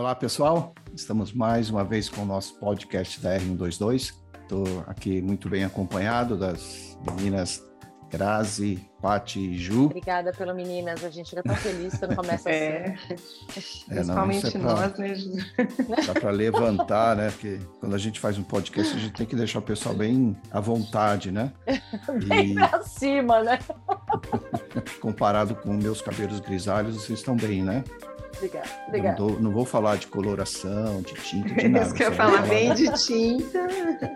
Olá, pessoal. Estamos mais uma vez com o nosso podcast da R122. Estou aqui muito bem acompanhado das meninas Grazi, Paty e Ju. Obrigada pelo meninas. A gente fica tão feliz quando começa assim. Principalmente nós, né, Ju? Dá para levantar, né? Porque quando a gente faz um podcast, a gente tem que deixar o pessoal bem à vontade, né? Bem pra cima, né? Comparado com meus cabelos grisalhos, vocês estão bem, né? Obrigada. Não vou falar de coloração, de tinta, de nada. Isso que eu ia falar bem de tinta.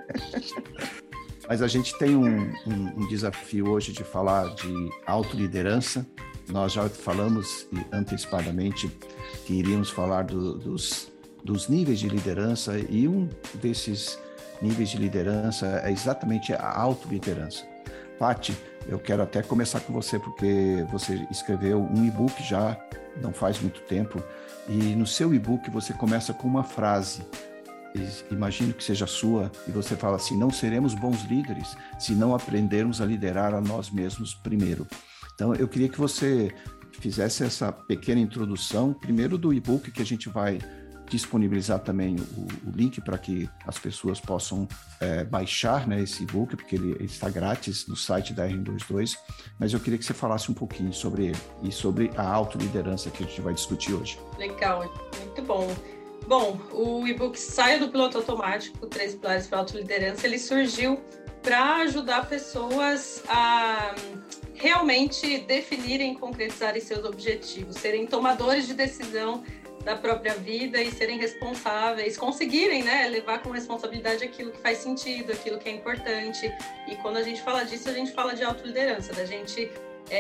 Mas a gente tem um desafio hoje de falar de autoliderança. Nós já falamos antecipadamente que iríamos falar dos níveis de liderança, e um desses níveis de liderança é exatamente a autoliderança. Paty, eu quero até começar com você, porque você escreveu um e-book já não faz muito tempo, e no seu e-book você começa com uma frase, imagino que seja sua, e você fala assim: não seremos bons líderes se não aprendermos a liderar a nós mesmos primeiro. Então eu queria que você fizesse essa pequena introdução, primeiro do e-book, que a gente vai disponibilizar também o link para que as pessoas possam baixar, né, esse e-book, porque ele está grátis no site da R122, mas eu queria que você falasse um pouquinho sobre ele e sobre a autoliderança que a gente vai discutir hoje. Legal, muito bom. Bom, o e-book Saia do Piloto Automático, 3 Pilares para a Autoliderança, ele surgiu para ajudar pessoas a realmente definirem e concretizarem seus objetivos, serem tomadores de decisão da própria vida e serem responsáveis, conseguirem, né, levar com responsabilidade aquilo que faz sentido, aquilo que é importante. E quando a gente fala disso, a gente fala de autoliderança, da gente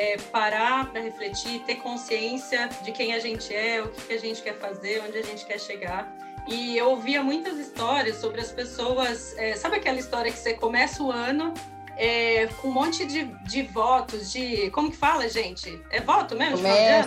parar para refletir, ter consciência de quem a gente é, o que a gente quer fazer, onde a gente quer chegar. E eu ouvia muitas histórias sobre as pessoas, sabe aquela história que você começa o ano com um monte de votos, como que fala, gente? É voto mesmo?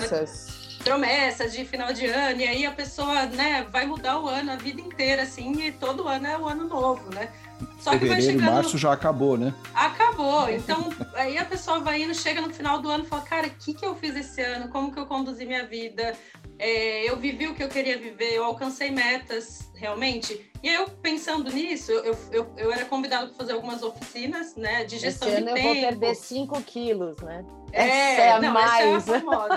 Promessas de final de ano, e aí a pessoa, né, vai mudar o ano, a vida inteira, assim, e todo ano é o ano novo, né? Só que vai chegando... março já acabou, né? Acabou, então aí a pessoa vai indo, chega no final do ano e fala: cara, o que eu fiz esse ano? Como que eu conduzi minha vida? Eu vivi o que eu queria viver, eu alcancei metas, realmente? E aí eu, pensando nisso, eu era convidada para fazer algumas oficinas, né, de gestão de tempo. Esse ano eu vou perder 5 quilos, né? Essa é a famosa.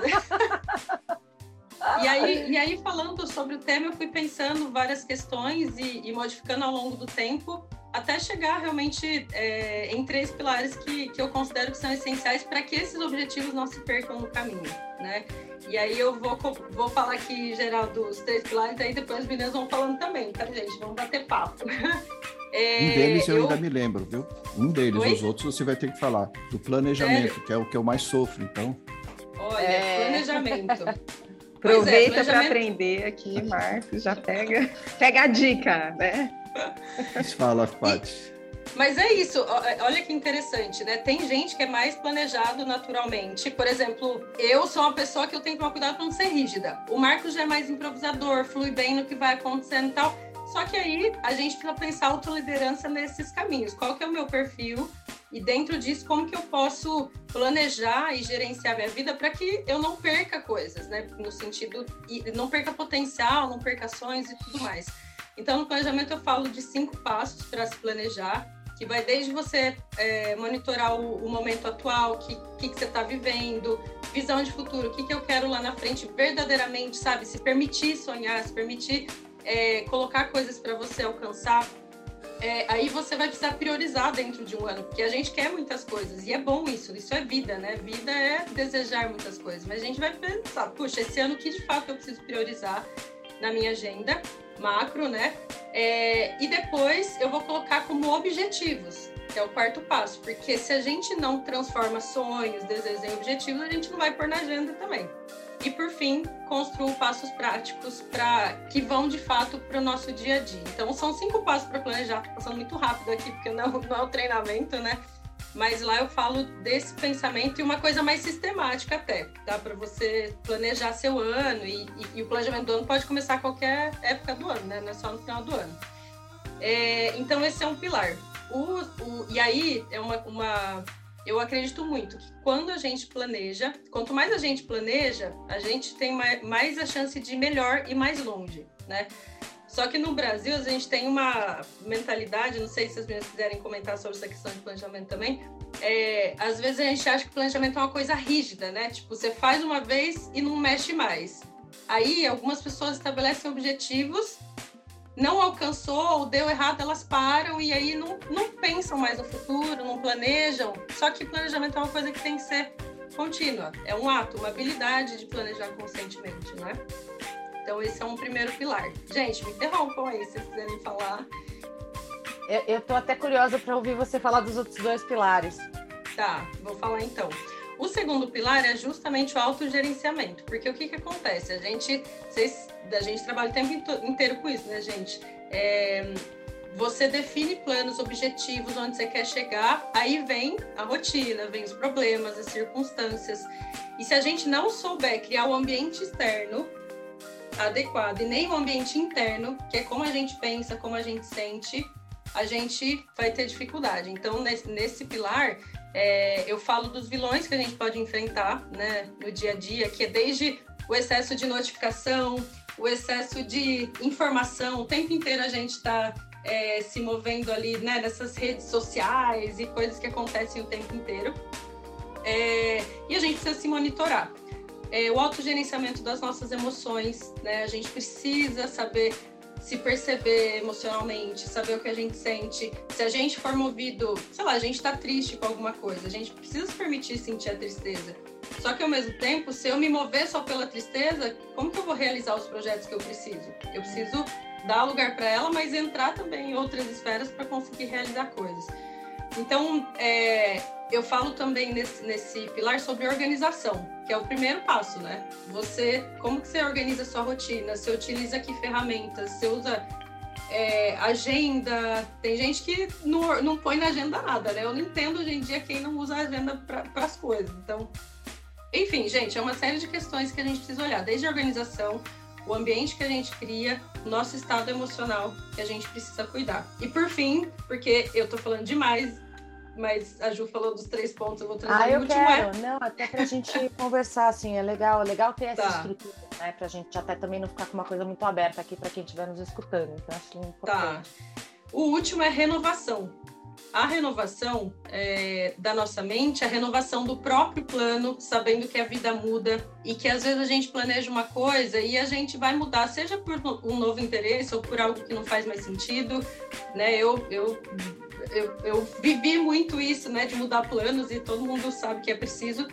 E aí, falando sobre o tema, eu fui pensando várias questões e modificando ao longo do tempo, até chegar realmente em 3 pilares que eu considero que são essenciais para que esses objetivos não se percam no caminho, né? E aí eu vou falar aqui, em geral, dos 3 pilares, aí depois as meninas vão falando também, tá, gente? Vamos bater papo. Um deles eu ainda me lembro, viu? Um deles, os outros você vai ter que falar. Do planejamento, que é o que eu mais sofro, então... Olha, planejamento. Aproveita para aprender aqui, Marcos, já pega a dica, né? Fala, Paty. Mas é isso, olha que interessante, né? Tem gente que é mais planejado naturalmente. Por exemplo, eu sou uma pessoa que eu tenho que tomar cuidado para não ser rígida. O Marcos já é mais improvisador, flui bem no que vai acontecendo e tal. Só que aí a gente precisa pensar autoliderança nesses caminhos. Qual que é o meu perfil? E dentro disso, como que eu posso planejar e gerenciar minha vida para que eu não perca coisas, né? No sentido, não perca potencial, não perca ações e tudo mais. Então, no planejamento eu falo de 5 passos para se planejar, que vai desde você monitorar o momento atual, o que você está vivendo, visão de futuro, o que eu quero lá na frente verdadeiramente, sabe? Se permitir sonhar, se permitir colocar coisas para você alcançar. Aí você vai precisar priorizar dentro de um ano, porque a gente quer muitas coisas, e é bom isso é vida, né? Vida é desejar muitas coisas, mas a gente vai pensar: puxa, esse ano que de fato eu preciso priorizar na minha agenda macro, né? E depois eu vou colocar como objetivos, que é o 4º passo, porque se a gente não transforma sonhos, desejos em objetivos, a gente não vai pôr na agenda também. E, por fim, construo passos práticos que vão, de fato, para o nosso dia a dia. Então, são 5 passos para planejar. Estou passando muito rápido aqui, porque não é o treinamento, né? Mas lá eu falo desse pensamento e uma coisa mais sistemática até. Dá para você planejar seu ano e o planejamento do ano pode começar a qualquer época do ano, né? Não é só no final do ano. Então, esse é um pilar. E aí, é uma eu acredito muito que quando a gente planeja, quanto mais a gente planeja, a gente tem mais a chance de ir melhor e mais longe, né? Só que no Brasil a gente tem uma mentalidade, não sei se as meninas quiserem comentar sobre essa questão de planejamento também, às vezes a gente acha que o planejamento é uma coisa rígida, né? Tipo, você faz uma vez e não mexe mais. Aí algumas pessoas estabelecem objetivos, não alcançou ou deu errado, elas param e aí não pensam mais no futuro, não planejam. Só que planejamento é uma coisa que tem que ser contínua. É um ato, uma habilidade de planejar conscientemente, né? Então, esse é um primeiro pilar. Gente, me interrompam aí, se vocês quiserem falar. Eu tô até curiosa para ouvir você falar dos outros 2 pilares. Tá, vou falar então. O segundo pilar é justamente o autogerenciamento, porque o que acontece? A gente trabalha o tempo inteiro com isso, né, gente? Você define planos, objetivos, onde você quer chegar, aí vem a rotina, vem os problemas, as circunstâncias. E se a gente não souber criar o ambiente externo adequado e nem o ambiente interno, que é como a gente pensa, como a gente sente, a gente vai ter dificuldade. Então, nesse pilar, eu falo dos vilões que a gente pode enfrentar, né, no dia a dia, que é desde o excesso de notificação, o excesso de informação, o tempo inteiro a gente está se movendo ali, né, nessas redes sociais e coisas que acontecem o tempo inteiro. E a gente precisa se monitorar. O autogerenciamento das nossas emoções, né? A gente precisa saber se perceber emocionalmente, saber o que a gente sente. Se a gente for movido, sei lá, a gente tá triste com alguma coisa, a gente precisa se permitir sentir a tristeza. Só que ao mesmo tempo, se eu me mover só pela tristeza, como que eu vou realizar os projetos que eu preciso? Eu preciso dar lugar para ela, mas entrar também em outras esferas para conseguir realizar coisas. Então, eu falo também nesse pilar sobre organização, que é o primeiro passo, né? Como que você organiza a sua rotina? Você utiliza que ferramentas? Você usa agenda? Tem gente que não põe na agenda nada, né? Eu não entendo hoje em dia quem não usa agenda para as coisas. Então, enfim, gente, é uma série de questões que a gente precisa olhar, desde a organização, o ambiente que a gente cria, o nosso estado emocional que a gente precisa cuidar. E por fim, porque eu tô falando demais, mas a Ju falou dos 3 pontos, eu vou trazer o último. Não, até pra gente conversar, assim, é legal ter essa estrutura, né, pra gente até também não ficar com uma coisa muito aberta aqui pra quem estiver nos escutando, então acho importante. O último é renovação. A renovação da nossa mente, a renovação do próprio plano, sabendo que a vida muda e que às vezes a gente planeja uma coisa e a gente vai mudar, seja por um novo interesse ou por algo que não faz mais sentido, né? Eu vivi muito isso, né, de mudar planos e todo mundo sabe que é preciso,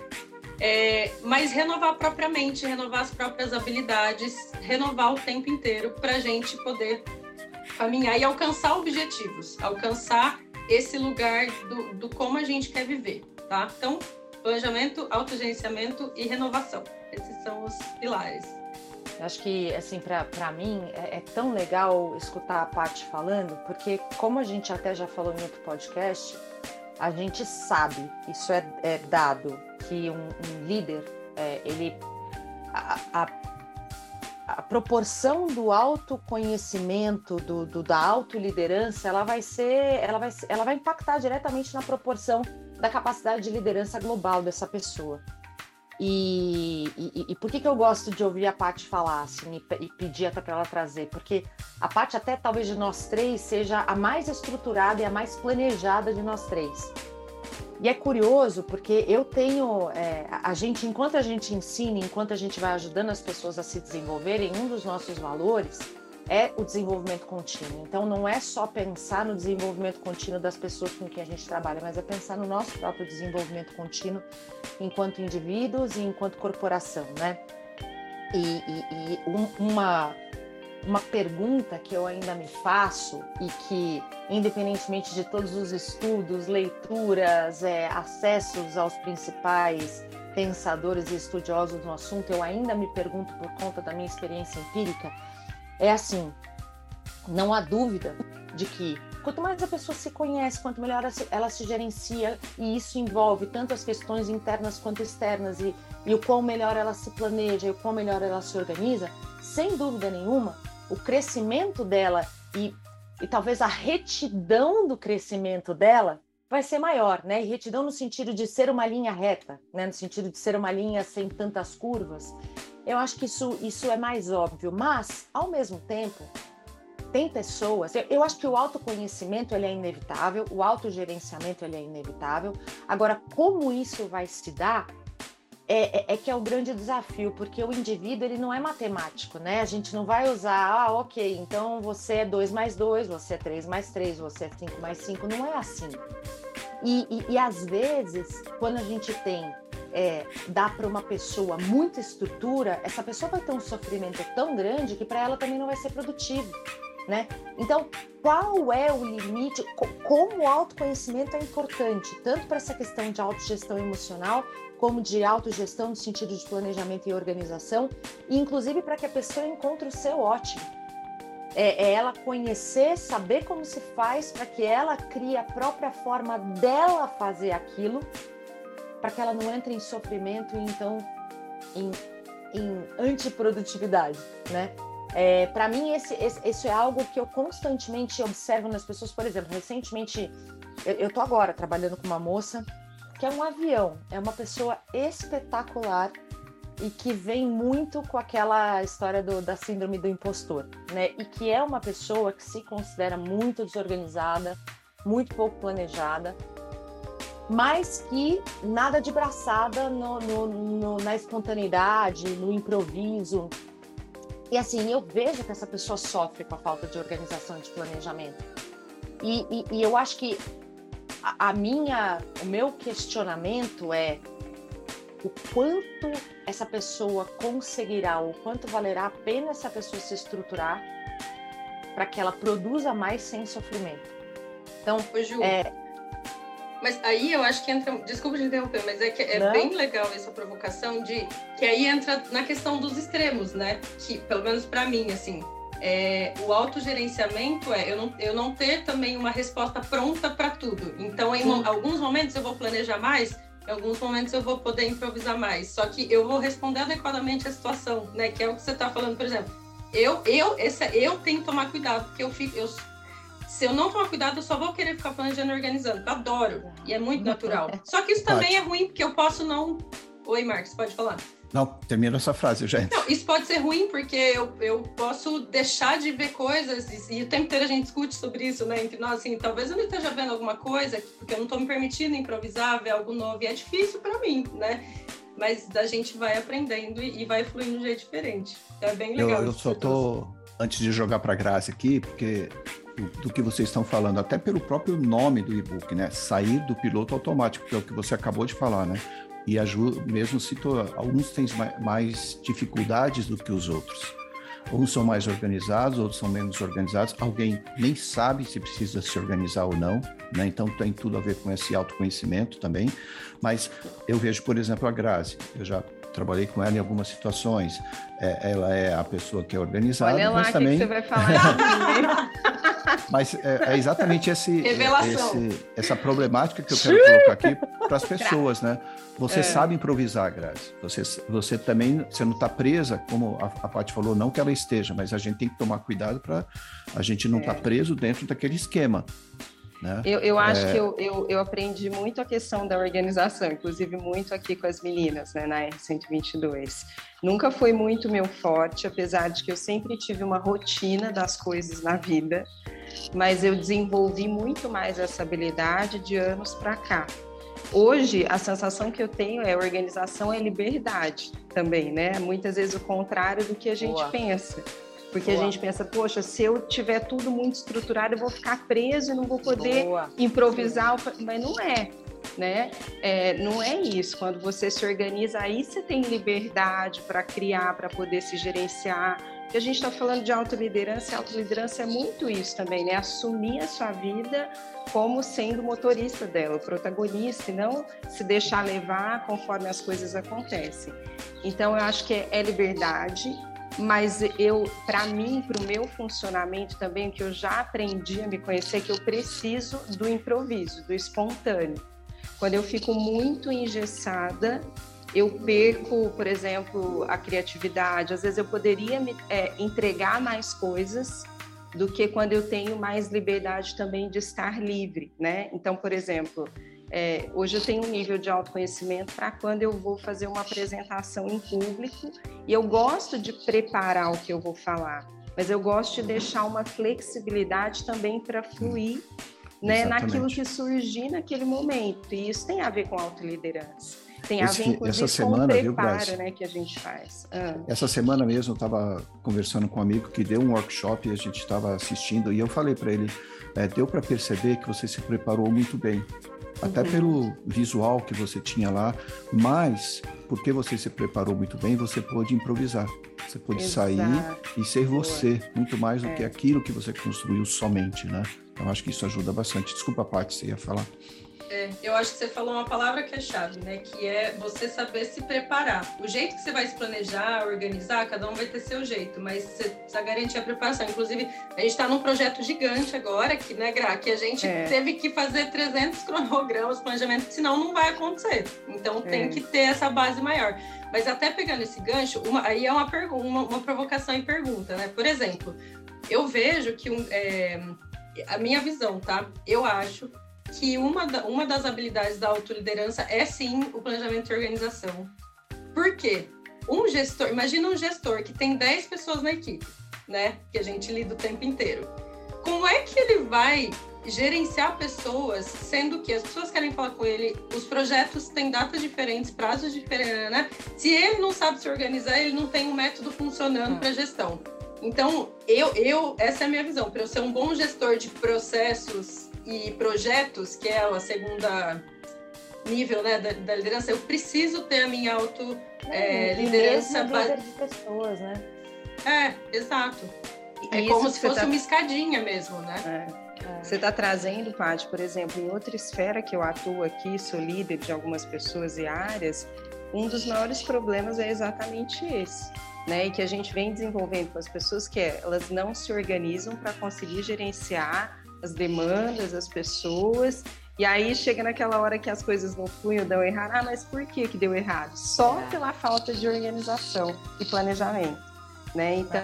mas renovar a própria mente, renovar as próprias habilidades, renovar o tempo inteiro para a gente poder caminhar e alcançar objetivos, alcançar esse lugar do como a gente quer viver, tá? Então, planejamento, autogerenciamento e renovação. Esses são os pilares. Eu acho que, assim, para mim, é tão legal escutar a Paty falando, porque como a gente até já falou em outro podcast, a gente sabe, isso é dado, que um líder, a proporção do autoconhecimento, da autoliderança, ela vai impactar diretamente na proporção da capacidade de liderança global dessa pessoa. E por que eu gosto de ouvir a Paty falar assim, e pedir até para ela trazer? Porque a Paty, até talvez de nós 3, seja a mais estruturada e a mais planejada de nós 3. E é curioso porque eu tenho, enquanto a gente ensina, enquanto a gente vai ajudando as pessoas a se desenvolverem, um dos nossos valores é o desenvolvimento contínuo. Então não é só pensar no desenvolvimento contínuo das pessoas com quem a gente trabalha, mas é pensar no nosso próprio desenvolvimento contínuo enquanto indivíduos e enquanto corporação, né? E uma pergunta que eu ainda me faço e que, independentemente de todos os estudos, leituras, acessos aos principais pensadores e estudiosos no assunto, eu ainda me pergunto por conta da minha experiência empírica, é assim, não há dúvida de que quanto mais a pessoa se conhece, quanto melhor ela se gerencia, e isso envolve tanto as questões internas quanto externas, e o quão melhor ela se planeja, e o quão melhor ela se organiza, sem dúvida nenhuma, o crescimento dela e talvez a retidão do crescimento dela vai ser maior, né? E retidão no sentido de ser uma linha reta, né? No sentido de ser uma linha sem tantas curvas. Eu acho que isso é mais óbvio, mas, ao mesmo tempo, tem pessoas... Eu acho que o autoconhecimento ele é inevitável, o autogerenciamento ele é inevitável. Agora, como isso vai se dar, é que é o grande desafio, porque o indivíduo ele não é matemático, né? A gente não vai usar, ok, então você é 2 mais 2, você é 3 mais 3, você é 5 mais 5, não é assim. E às vezes, quando a gente dá para uma pessoa muita estrutura, essa pessoa vai ter um sofrimento tão grande que para ela também não vai ser produtivo, né? Então, qual é o limite? Como o autoconhecimento é importante, tanto para essa questão de autogestão emocional, como de autogestão no sentido de planejamento e organização, e inclusive para que a pessoa encontre o seu ótimo. É ela conhecer, saber como se faz para que ela crie a própria forma dela fazer aquilo, para que ela não entre em sofrimento e então em antiprodutividade, né? Para mim, esse é algo que eu constantemente observo nas pessoas. Por exemplo, recentemente, eu estou agora trabalhando com uma moça que é um avião, é uma pessoa espetacular e que vem muito com aquela história da síndrome do impostor, né? E que é uma pessoa que se considera muito desorganizada, muito pouco planejada, mas que nada de braçada na espontaneidade, no improviso. E assim, eu vejo que essa pessoa sofre com a falta de organização e de planejamento. E eu acho que o meu questionamento é o quanto essa pessoa conseguirá, o quanto valerá a pena essa pessoa se estruturar para que ela produza mais sem sofrimento. Então, Ju, mas aí eu acho que entra, desculpa te interromper, mas é bem legal essa provocação que aí entra na questão dos extremos, né? Que, pelo menos para mim, assim, o autogerenciamento eu não ter também uma resposta pronta para tudo. Então, em alguns momentos eu vou planejar mais, em alguns momentos eu vou poder improvisar mais. Só que eu vou responder adequadamente a situação, né? Que é o que você está falando, por exemplo. Eu tenho que tomar cuidado, porque se eu não tomar cuidado, eu só vou querer ficar planejando e organizando. Eu adoro, e é muito natural. Só que isso também é ruim, porque eu posso não... Oi, Marcos, pode falar. Não, termina essa frase, gente. Não, isso pode ser ruim, porque eu posso deixar de ver coisas, e o tempo inteiro a gente discute sobre isso, né? Entre nós, assim, talvez eu não esteja vendo alguma coisa, porque eu não estou me permitindo improvisar, ver algo novo, e é difícil para mim, né? Mas a gente vai aprendendo e vai fluindo de um jeito diferente. É bem legal. Eu só estou, antes de jogar para a Grazi aqui, porque do que vocês estão falando, até pelo próprio nome do e-book, né? Sair do piloto automático, que é o que você acabou de falar, né? E a Ju mesmo citou, alguns têm mais dificuldades do que os outros. Uns são mais organizados, outros são menos organizados. Alguém nem sabe se precisa se organizar ou não, né? Então tem tudo a ver com esse autoconhecimento também. Mas eu vejo, por exemplo, a Grazi. Eu já trabalhei com ela em algumas situações. Ela é a pessoa que é organizada. Olha lá, mas também... que você vai falar. Mas é exatamente essa problemática que eu quero colocar aqui para as pessoas, né? Você sabe improvisar, Grazi. Você também, você não está presa, como a Paty falou, não que ela esteja, mas a gente tem que tomar cuidado para a gente não estar preso dentro daquele esquema. Né? Eu acho que eu aprendi muito a questão da organização, inclusive muito aqui com as meninas, né, na R122. Nunca foi muito meu forte, apesar de que eu sempre tive uma rotina das coisas na vida, mas eu desenvolvi muito mais essa habilidade de anos para cá. Hoje, a sensação que eu tenho é organização é liberdade também, né? Muitas vezes o contrário do que a gente pensa. Porque a gente pensa, poxa, se eu tiver tudo muito estruturado, eu vou ficar preso e não vou poder improvisar. Mas não é, né? Não é isso. Quando você se organiza, aí você tem liberdade para criar, para poder se gerenciar. Porque a gente está falando de autoliderança, e autoliderança é muito isso também, né? Assumir a sua vida como sendo o motorista dela, o protagonista, e não se deixar levar conforme as coisas acontecem. Então, eu acho que é liberdade. Mas para mim, para o meu funcionamento também, o que eu já aprendi a me conhecer, é que eu preciso do improviso, do espontâneo. Quando eu fico muito engessada, eu perco, por exemplo, a criatividade. Às vezes eu poderia entregar mais coisas, do que quando eu tenho mais liberdade também de estar livre, né? Então, por exemplo, hoje eu tenho um nível de autoconhecimento para quando eu vou fazer uma apresentação em público, e eu gosto de preparar o que eu vou falar, mas eu gosto de deixar uma flexibilidade também para fluir, né, naquilo que surgir naquele momento. E isso tem a ver com autoliderança. Tem a ver, inclusive, com o preparo, né, que a gente faz. Essa semana mesmo eu estava conversando com um amigo que deu um workshop e a gente estava assistindo, e eu falei para ele, deu para perceber que você se preparou muito bem. Até pelo visual que você tinha lá, mas porque você se preparou muito bem, você pôde improvisar. Você pôde sair e ser você, muito mais do que aquilo que você construiu somente, né? Eu acho que isso ajuda bastante. Desculpa, Paty, você ia falar. Eu acho que você falou uma palavra que é chave, né? Que é você saber se preparar. O jeito que você vai se planejar, organizar, cada um vai ter seu jeito, mas você precisa garantir a preparação. Inclusive, a gente está num projeto gigante agora, que, né, Gra, que a gente teve que fazer 300 cronogramas, planejamento, senão não vai acontecer. Então, tem que ter essa base maior. Mas até pegando esse gancho, aí é uma provocação e pergunta, né? Por exemplo, eu vejo que a minha visão, tá? Eu acho que uma das habilidades da autoliderança é sim o planejamento e organização. Por quê? Imagina um gestor que tem 10 pessoas na equipe, né? Que a gente lida o tempo inteiro. Como é que ele vai gerenciar pessoas, sendo que as pessoas querem falar com ele, os projetos têm datas diferentes, prazos diferentes, né? Se ele não sabe se organizar, ele não tem um método funcionando para gestão. Então, essa é a minha visão. Para eu ser um bom gestor de processos e projetos, que é a segunda nível, né, da liderança, eu preciso ter a minha liderança líder de pessoas, né? Exato. É como se fosse uma escadinha mesmo, né? Você está trazendo, Paty, por exemplo, em outra esfera que eu atuo aqui, sou líder de algumas pessoas e áreas, um dos maiores problemas é exatamente esse, né? E que a gente vem desenvolvendo com as pessoas, que elas não se organizam para conseguir gerenciar as demandas, as pessoas, e aí chega naquela hora que as coisas não fluem ou dão errado. Mas por que deu errado? Só pela falta de organização e planejamento, né? Então,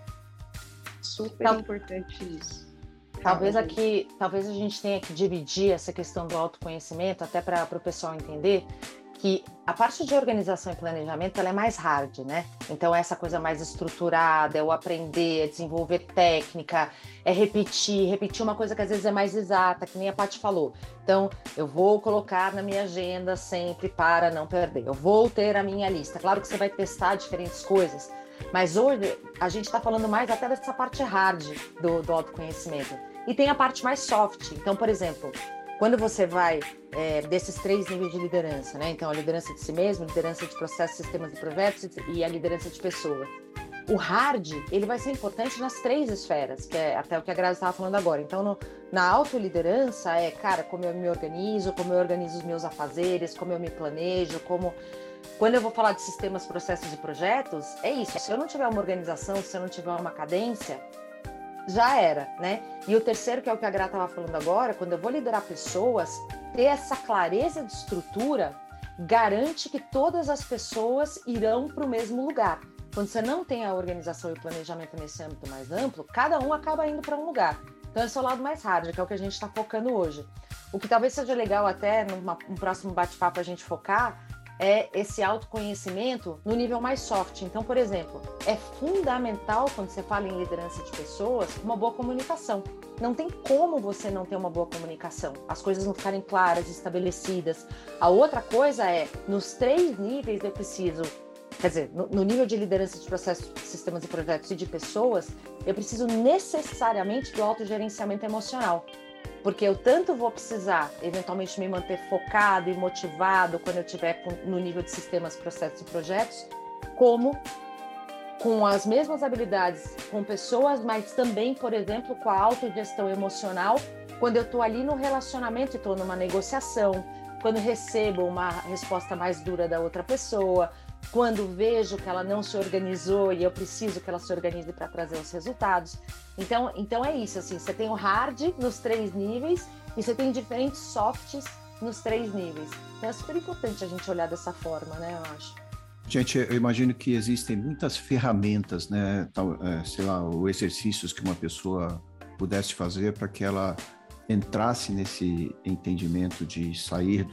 super importante isso. Talvez a gente tenha que dividir essa questão do autoconhecimento, até para o pessoal entender que a parte de organização e planejamento, ela é mais hard, né? Então, essa coisa mais estruturada, é o aprender, é desenvolver técnica, é repetir uma coisa que às vezes é mais exata, que nem a Paty falou. Então, eu vou colocar na minha agenda sempre para não perder. Eu vou ter a minha lista. Claro que você vai testar diferentes coisas, mas hoje a gente está falando mais até dessa parte hard do autoconhecimento. E tem a parte mais soft. Então, por exemplo, quando você vai desses 3 níveis de liderança, né? Então, a liderança de si mesmo, liderança de processos, sistemas e projetos e a liderança de pessoas. O hard, ele vai ser importante nas 3 esferas, que é até o que a Grazi estava falando agora. Então, na autoliderança como eu me organizo, como eu organizo os meus afazeres, como eu me planejo, Quando eu vou falar de sistemas, processos e projetos, é isso. Se eu não tiver uma organização, se eu não tiver uma cadência, já era, né? E o terceiro, que é o que a Gra estava falando agora, quando eu vou liderar pessoas, ter essa clareza de estrutura garante que todas as pessoas irão para o mesmo lugar. Quando você não tem a organização e o planejamento nesse âmbito mais amplo, cada um acaba indo para um lugar. Então, esse é o lado mais hard, que é o que a gente está focando hoje. O que talvez seja legal até, num próximo bate-papo, a gente focar, é esse autoconhecimento no nível mais soft. Então, por exemplo, é fundamental, quando você fala em liderança de pessoas, uma boa comunicação. Não tem como você não ter uma boa comunicação. As coisas não ficarem claras, estabelecidas. A outra coisa nos 3 níveis eu preciso, quer dizer, no nível de liderança de processos, sistemas e projetos e de pessoas, eu preciso necessariamente do autogerenciamento emocional. Porque eu tanto vou precisar, eventualmente, me manter focado e motivado quando eu estiver no nível de sistemas, processos e projetos, como com as mesmas habilidades com pessoas, mas também, por exemplo, com a autogestão emocional, quando eu estou ali no relacionamento e estou numa negociação, quando recebo uma resposta mais dura da outra pessoa, quando vejo que ela não se organizou e eu preciso que ela se organize para trazer os resultados. Então é isso, assim, você tem o hard nos 3 níveis e você tem diferentes softs nos 3 níveis. Então é super importante a gente olhar dessa forma, né, eu acho. Gente, eu imagino que existem muitas ferramentas, né? Sei lá, ou exercícios que uma pessoa pudesse fazer para que ela entrasse nesse entendimento de sair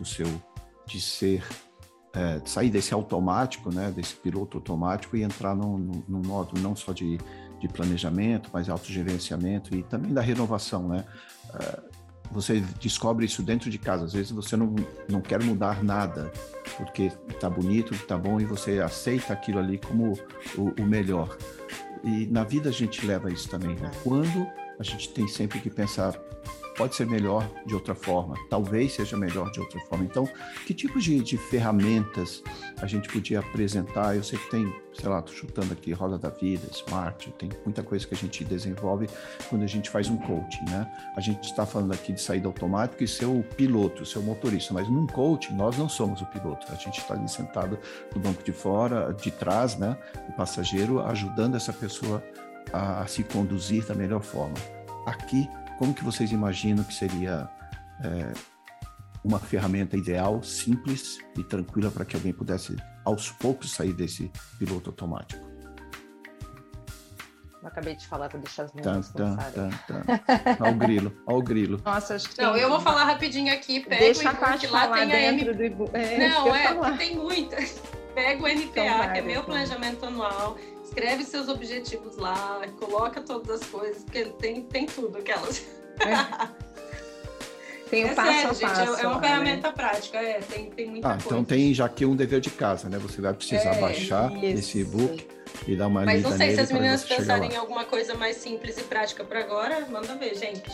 sair desse automático, né? Desse piloto automático e entrar num modo não só de planejamento, mas autogerenciamento e também da renovação, né? Você descobre isso dentro de casa. Às vezes você não quer mudar nada, porque está bonito, está bom, e você aceita aquilo ali como o melhor. E na vida a gente leva isso também, né? Quando a gente tem sempre que pensar, pode ser melhor de outra forma, talvez seja melhor de outra forma. Então, que tipo de ferramentas a gente podia apresentar? Eu sei que tem, sei lá, tô chutando aqui, Roda da Vida, Smart, tem muita coisa que a gente desenvolve quando a gente faz um coaching, né? A gente está falando aqui de saída automática e ser o piloto, ser o motorista, mas num coaching nós não somos o piloto, a gente está ali sentado no banco de fora, de trás, né? O passageiro, ajudando essa pessoa a se conduzir da melhor forma. Aqui, como que vocês imaginam que seria uma ferramenta ideal, simples e tranquila para que alguém pudesse, aos poucos, sair desse piloto automático? Eu acabei de falar, vou deixar as meninas começarem. Olha o grilo. Nossa, acho que não, eu vou falar rapidinho aqui, pega deixa o e-book, lá tem a do Não, tem muitas. Pega o MPA, então, que é meu planejamento anual, escreve seus objetivos lá, coloca todas as coisas, porque tem tudo aquelas. Tem o passo sério, a passo. Gente, é uma ferramenta prática, tem muita coisa. Então tem já aqui um dever de casa, né? Você vai precisar baixar esse e-book e dar uma lida nele. Mas não sei se as meninas pensarem pensarem em alguma coisa mais simples e prática para agora, manda ver, gente.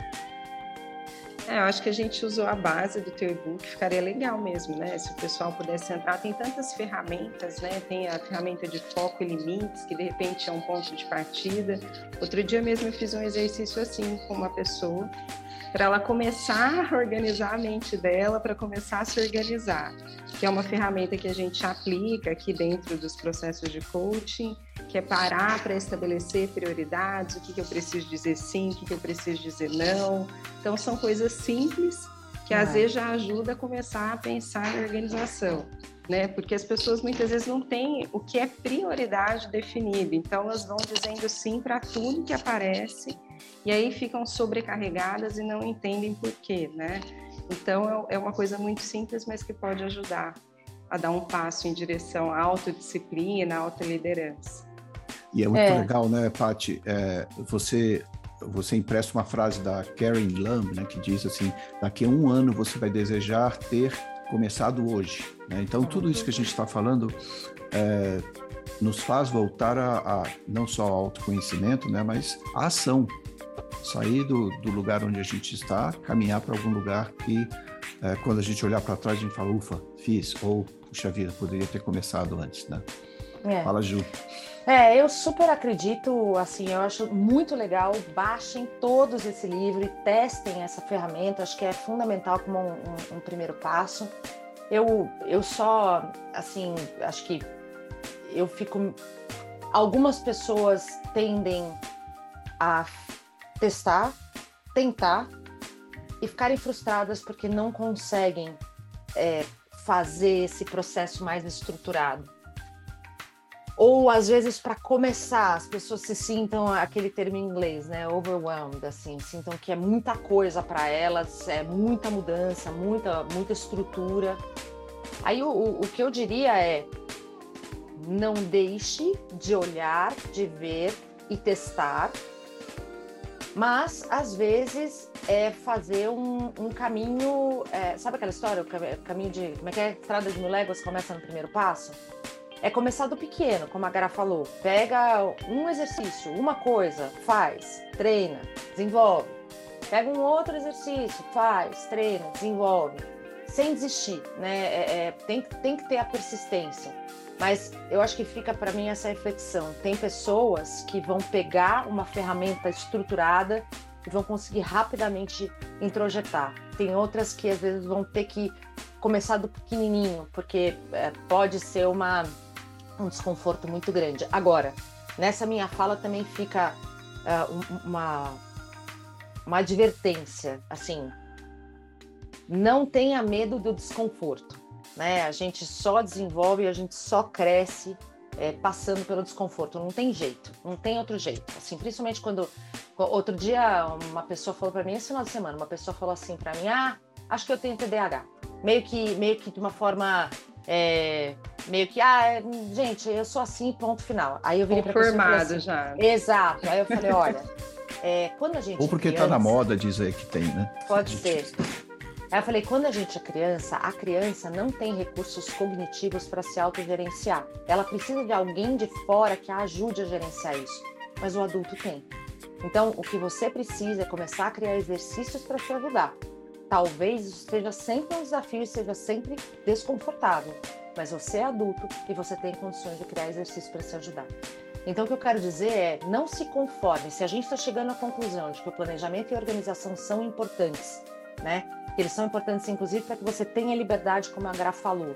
Eu acho que a gente usou a base do teu e-book, ficaria legal mesmo, né? Se o pessoal pudesse entrar, tem tantas ferramentas, né? Tem a ferramenta de foco e limites, que de repente é um ponto de partida. Outro dia mesmo eu fiz um exercício assim com uma pessoa, para ela começar a organizar a mente dela, para começar a se organizar, que é uma ferramenta que a gente aplica aqui dentro dos processos de coaching, que é parar para estabelecer prioridades, o que eu preciso dizer sim, o que eu preciso dizer não. Então, são coisas simples que às vezes já ajuda a começar a pensar em organização, né? Porque as pessoas muitas vezes não têm o que é prioridade definido, então elas vão dizendo sim para tudo que aparece e aí ficam sobrecarregadas e não entendem por quê, né? Então, é uma coisa muito simples, mas que pode ajudar a dar um passo em direção à autodisciplina, à autoliderança. E é muito legal, né, Paty? Você empresta uma frase da Karen Lamb, né, que diz assim, daqui a 1 ano você vai desejar ter começado hoje, né? Então, tudo isso que a gente está falando nos faz voltar a não só ao autoconhecimento, né, mas a ação. Sair do lugar onde a gente está, caminhar para algum lugar que, quando a gente olhar para trás, a gente fala, ufa, fiz, ou, puxa vida, poderia ter começado antes, né? Fala, Ju. Eu super acredito, assim, eu acho muito legal, baixem todos esse livro e testem essa ferramenta, acho que é fundamental como um primeiro passo. Eu só, assim, acho que eu fico... Algumas pessoas tendem a testar, tentar e ficarem frustradas porque não conseguem fazer esse processo mais estruturado. Ou, às vezes, para começar, as pessoas se sintam, aquele termo em inglês, né, overwhelmed, assim, sintam que é muita coisa para elas, é muita mudança, muita estrutura. Aí o que eu diria é, não deixe de olhar, de ver e testar, mas, às vezes, fazer um caminho... sabe aquela história? O caminho de... Como é que é? Estrada de 1000 léguas começa no primeiro passo? É começar do pequeno, como a Gara falou. Pega um exercício, uma coisa, faz, treina, desenvolve. Pega um outro exercício, faz, treina, desenvolve. Sem desistir, né? Tem que ter a persistência. Mas eu acho que fica para mim essa reflexão. Tem pessoas que vão pegar uma ferramenta estruturada e vão conseguir rapidamente introjetar. Tem outras que às vezes vão ter que começar do pequenininho, porque pode ser um desconforto muito grande. Agora, nessa minha fala também fica uma advertência, assim, não tenha medo do desconforto. né? A gente só desenvolve, a gente só cresce passando pelo desconforto. Não tem jeito, não tem outro jeito. Assim, principalmente quando... Outro dia, uma pessoa falou para mim, esse final de semana, uma pessoa falou assim para mim, acho que eu tenho TDAH. Meio que de uma forma... gente, eu sou assim, ponto final. Aí eu virei pra pessoa e falei assim, já. Exato. Aí eu falei, olha, quando a gente Ou porque criança, tá na moda dizer que tem, né? Pode ser. Aí eu falei, quando a gente é criança, a criança não tem recursos cognitivos para se autogerenciar. Ela precisa de alguém de fora que a ajude a gerenciar isso. Mas o adulto tem. Então, o que você precisa é começar a criar exercícios para te ajudar. Talvez isso seja sempre um desafio e seja sempre desconfortável. Mas você é adulto e você tem condições de criar exercícios para se ajudar. Então, o que eu quero dizer é, não se conforme. Se a gente está chegando à conclusão de que o planejamento e a organização são importantes, né? Eles são importantes, inclusive, para que você tenha liberdade, como a Gra falou.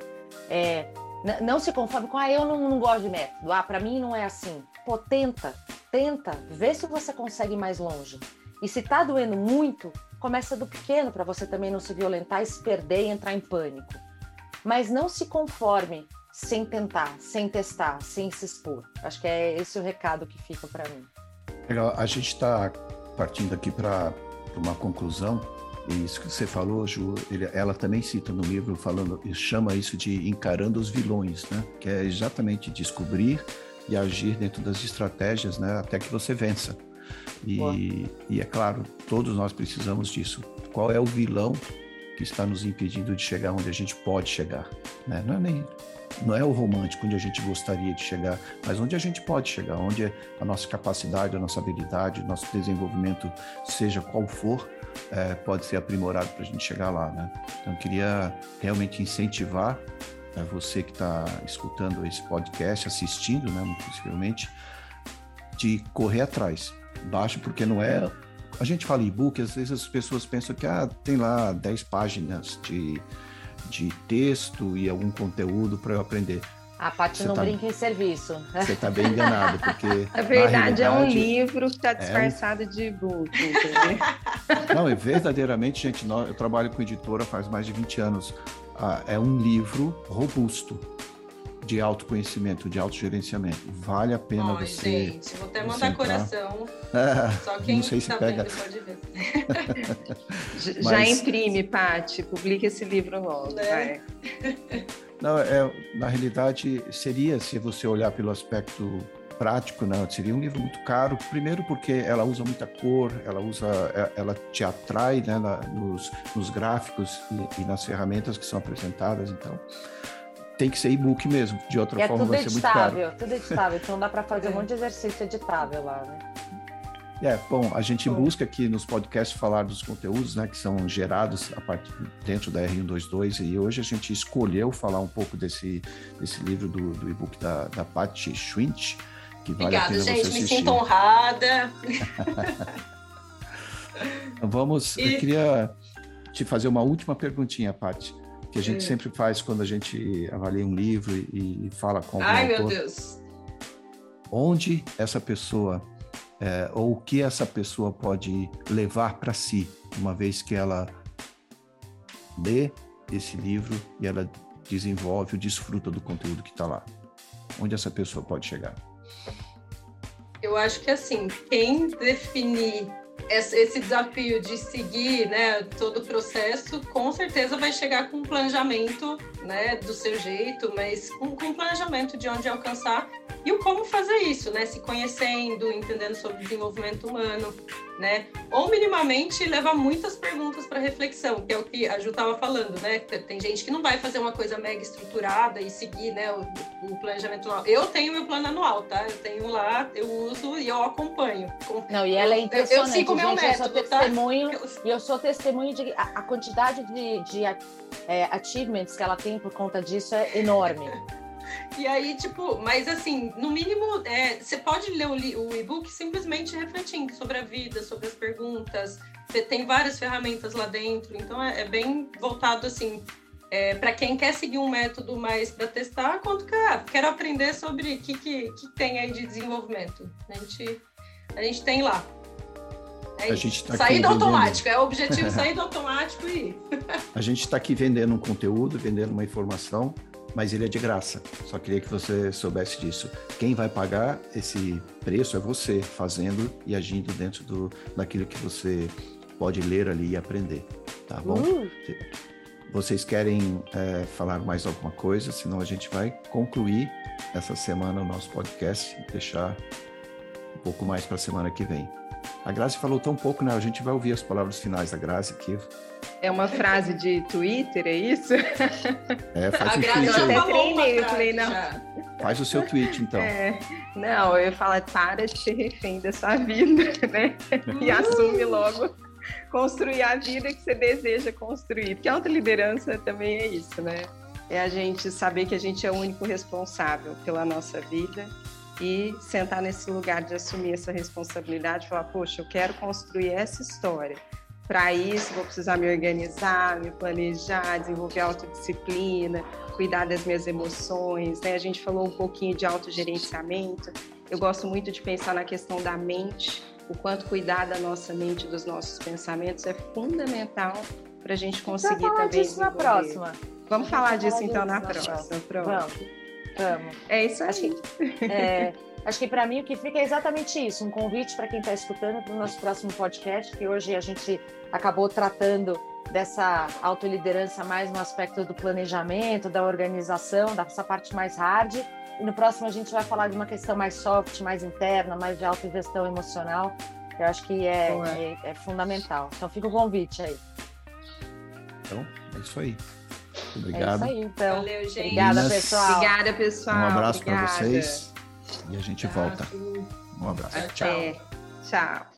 Não se conforme com, eu não gosto de método, para mim não é assim. Pô, tenta, vê se você consegue ir mais longe. E se tá doendo muito, começa do pequeno, para você também não se violentar e se perder e entrar em pânico. Mas não se conforme sem tentar, sem testar, sem se expor. Acho que é esse o recado que fica para mim. Legal, a gente está partindo aqui para uma conclusão. E isso que você falou, Ju, ela também cita no livro, chama isso de encarando os vilões, né? Que é exatamente descobrir e agir dentro das estratégias, né? Até que você vença. E é claro, todos nós precisamos disso. Qual é o vilão que está nos impedindo de chegar onde a gente pode chegar, né? Não é o romântico onde a gente gostaria de chegar, mas onde a gente pode chegar, onde a nossa capacidade, a nossa habilidade, o nosso desenvolvimento, seja qual for, pode ser aprimorado para a gente chegar lá, né? Então, eu queria realmente incentivar você que está escutando esse podcast, assistindo, né, muito possivelmente, de correr atrás. Baixo, porque não é... A gente fala e-book, às vezes as pessoas pensam que tem lá 10 páginas de texto e algum conteúdo para eu aprender. A Paty não brinca em serviço. Você está bem enganado, porque... Na verdade, é um livro que está disfarçado de e-book, entendeu? Não, verdadeiramente, gente, eu trabalho com editora faz mais de 20 anos. É um livro robusto de autoconhecimento, de autogerenciamento. Vale a pena você... Gente, vou até mandar coração. Só quem está vendo pode ver. Já imprime, Paty. Publica esse livro logo. Vai. Não, na realidade, seria, se você olhar pelo aspecto prático, né, seria um livro muito caro. Primeiro porque ela usa muita cor, ela te atrai, né, nos gráficos e nas ferramentas que são apresentadas. Então, tem que ser e-book mesmo. De outra forma, vai ser muito caro. Tudo editável. Então, dá para fazer um monte de exercício editável lá, né? Bom, a gente busca aqui nos podcasts falar dos conteúdos, né, que são gerados dentro da R122, e hoje a gente escolheu falar um pouco desse livro do e-book da Paty Schwindt, que vale a pena você assistir. Me sinto honrada. Eu queria te fazer uma última perguntinha, Paty, que a gente sempre faz quando a gente avalia um livro e fala com algum autor. Meu Deus! Onde essa pessoa... ou o que essa pessoa pode levar para si, uma vez que ela lê esse livro e ela desenvolve, desfruta do conteúdo que está lá. Onde essa pessoa pode chegar? Eu acho que, assim, quem definir esse desafio de seguir, né, todo o processo, com certeza vai chegar com um planejamento, né, do seu jeito, mas com um planejamento de onde alcançar e o como fazer isso, né, se conhecendo, entendendo sobre desenvolvimento humano, né, ou minimamente levar muitas perguntas para reflexão, que é o que a Ju estava falando, né, tem gente que não vai fazer uma coisa mega estruturada e seguir, né, o planejamento anual. Eu tenho meu plano anual, tá, eu tenho lá, eu uso e eu acompanho. Não, e ela é impressionante, eu sigo o meu método, eu sou testemunho de a quantidade de achievements que ela tem por conta disso é enorme. E aí, tipo, mas assim, no mínimo, você pode ler o e-book simplesmente refletindo sobre a vida, sobre as perguntas. Você tem várias ferramentas lá dentro, então é bem voltado, assim, para quem quer seguir um método mais para testar, quanto que quero aprender sobre o que tem aí de desenvolvimento. A gente tem lá. É a isso. gente tá sair do vendendo... automático, é o objetivo sair do automático e ir. A gente está aqui vendendo um conteúdo, vendendo uma informação, mas ele é de graça. Só queria que você soubesse disso. Quem vai pagar esse preço é você, fazendo e agindo dentro daquilo que você pode ler ali e aprender, tá bom? Vocês querem falar mais alguma coisa? Senão a gente vai concluir essa semana o nosso podcast e deixar um pouco mais para a semana que vem. A Grazi falou tão pouco, né? A gente vai ouvir as palavras finais da Grazi aqui. É uma frase de Twitter, é isso? Faz um tweet eu até aí. treinei, eu falei, não. Faz o seu tweet, então. Não, eu falo, para de ser refém da sua vida, né? E assume logo construir a vida que você deseja construir. Porque a autoliderança também é isso, né? É a gente saber que a gente é o único responsável pela nossa vida e sentar nesse lugar de assumir essa responsabilidade e falar, poxa, eu quero construir essa história. Para isso, vou precisar me organizar, me planejar, desenvolver autodisciplina, cuidar das minhas emoções, né? A gente falou um pouquinho de autogerenciamento. Eu gosto muito de pensar na questão da mente, o quanto cuidar da nossa mente, dos nossos pensamentos é fundamental para a gente conseguir também disso na próxima. Vamos falar disso então na próxima. Vamos. É isso aí. Acho que para mim o que fica é exatamente isso, um convite para quem está escutando para o nosso próximo podcast, que hoje a gente acabou tratando dessa autoliderança mais no aspecto do planejamento, da organização, dessa parte mais hard. E no próximo a gente vai falar de uma questão mais soft, mais interna, mais de autogestão emocional, que eu acho que é fundamental. Então fica o convite aí. Então, é isso aí. Obrigado. É isso aí, então. Valeu, gente. Obrigada, pessoal. Obrigada, pessoal. Um abraço para vocês e a gente volta. Um abraço. Tchau. Tchau.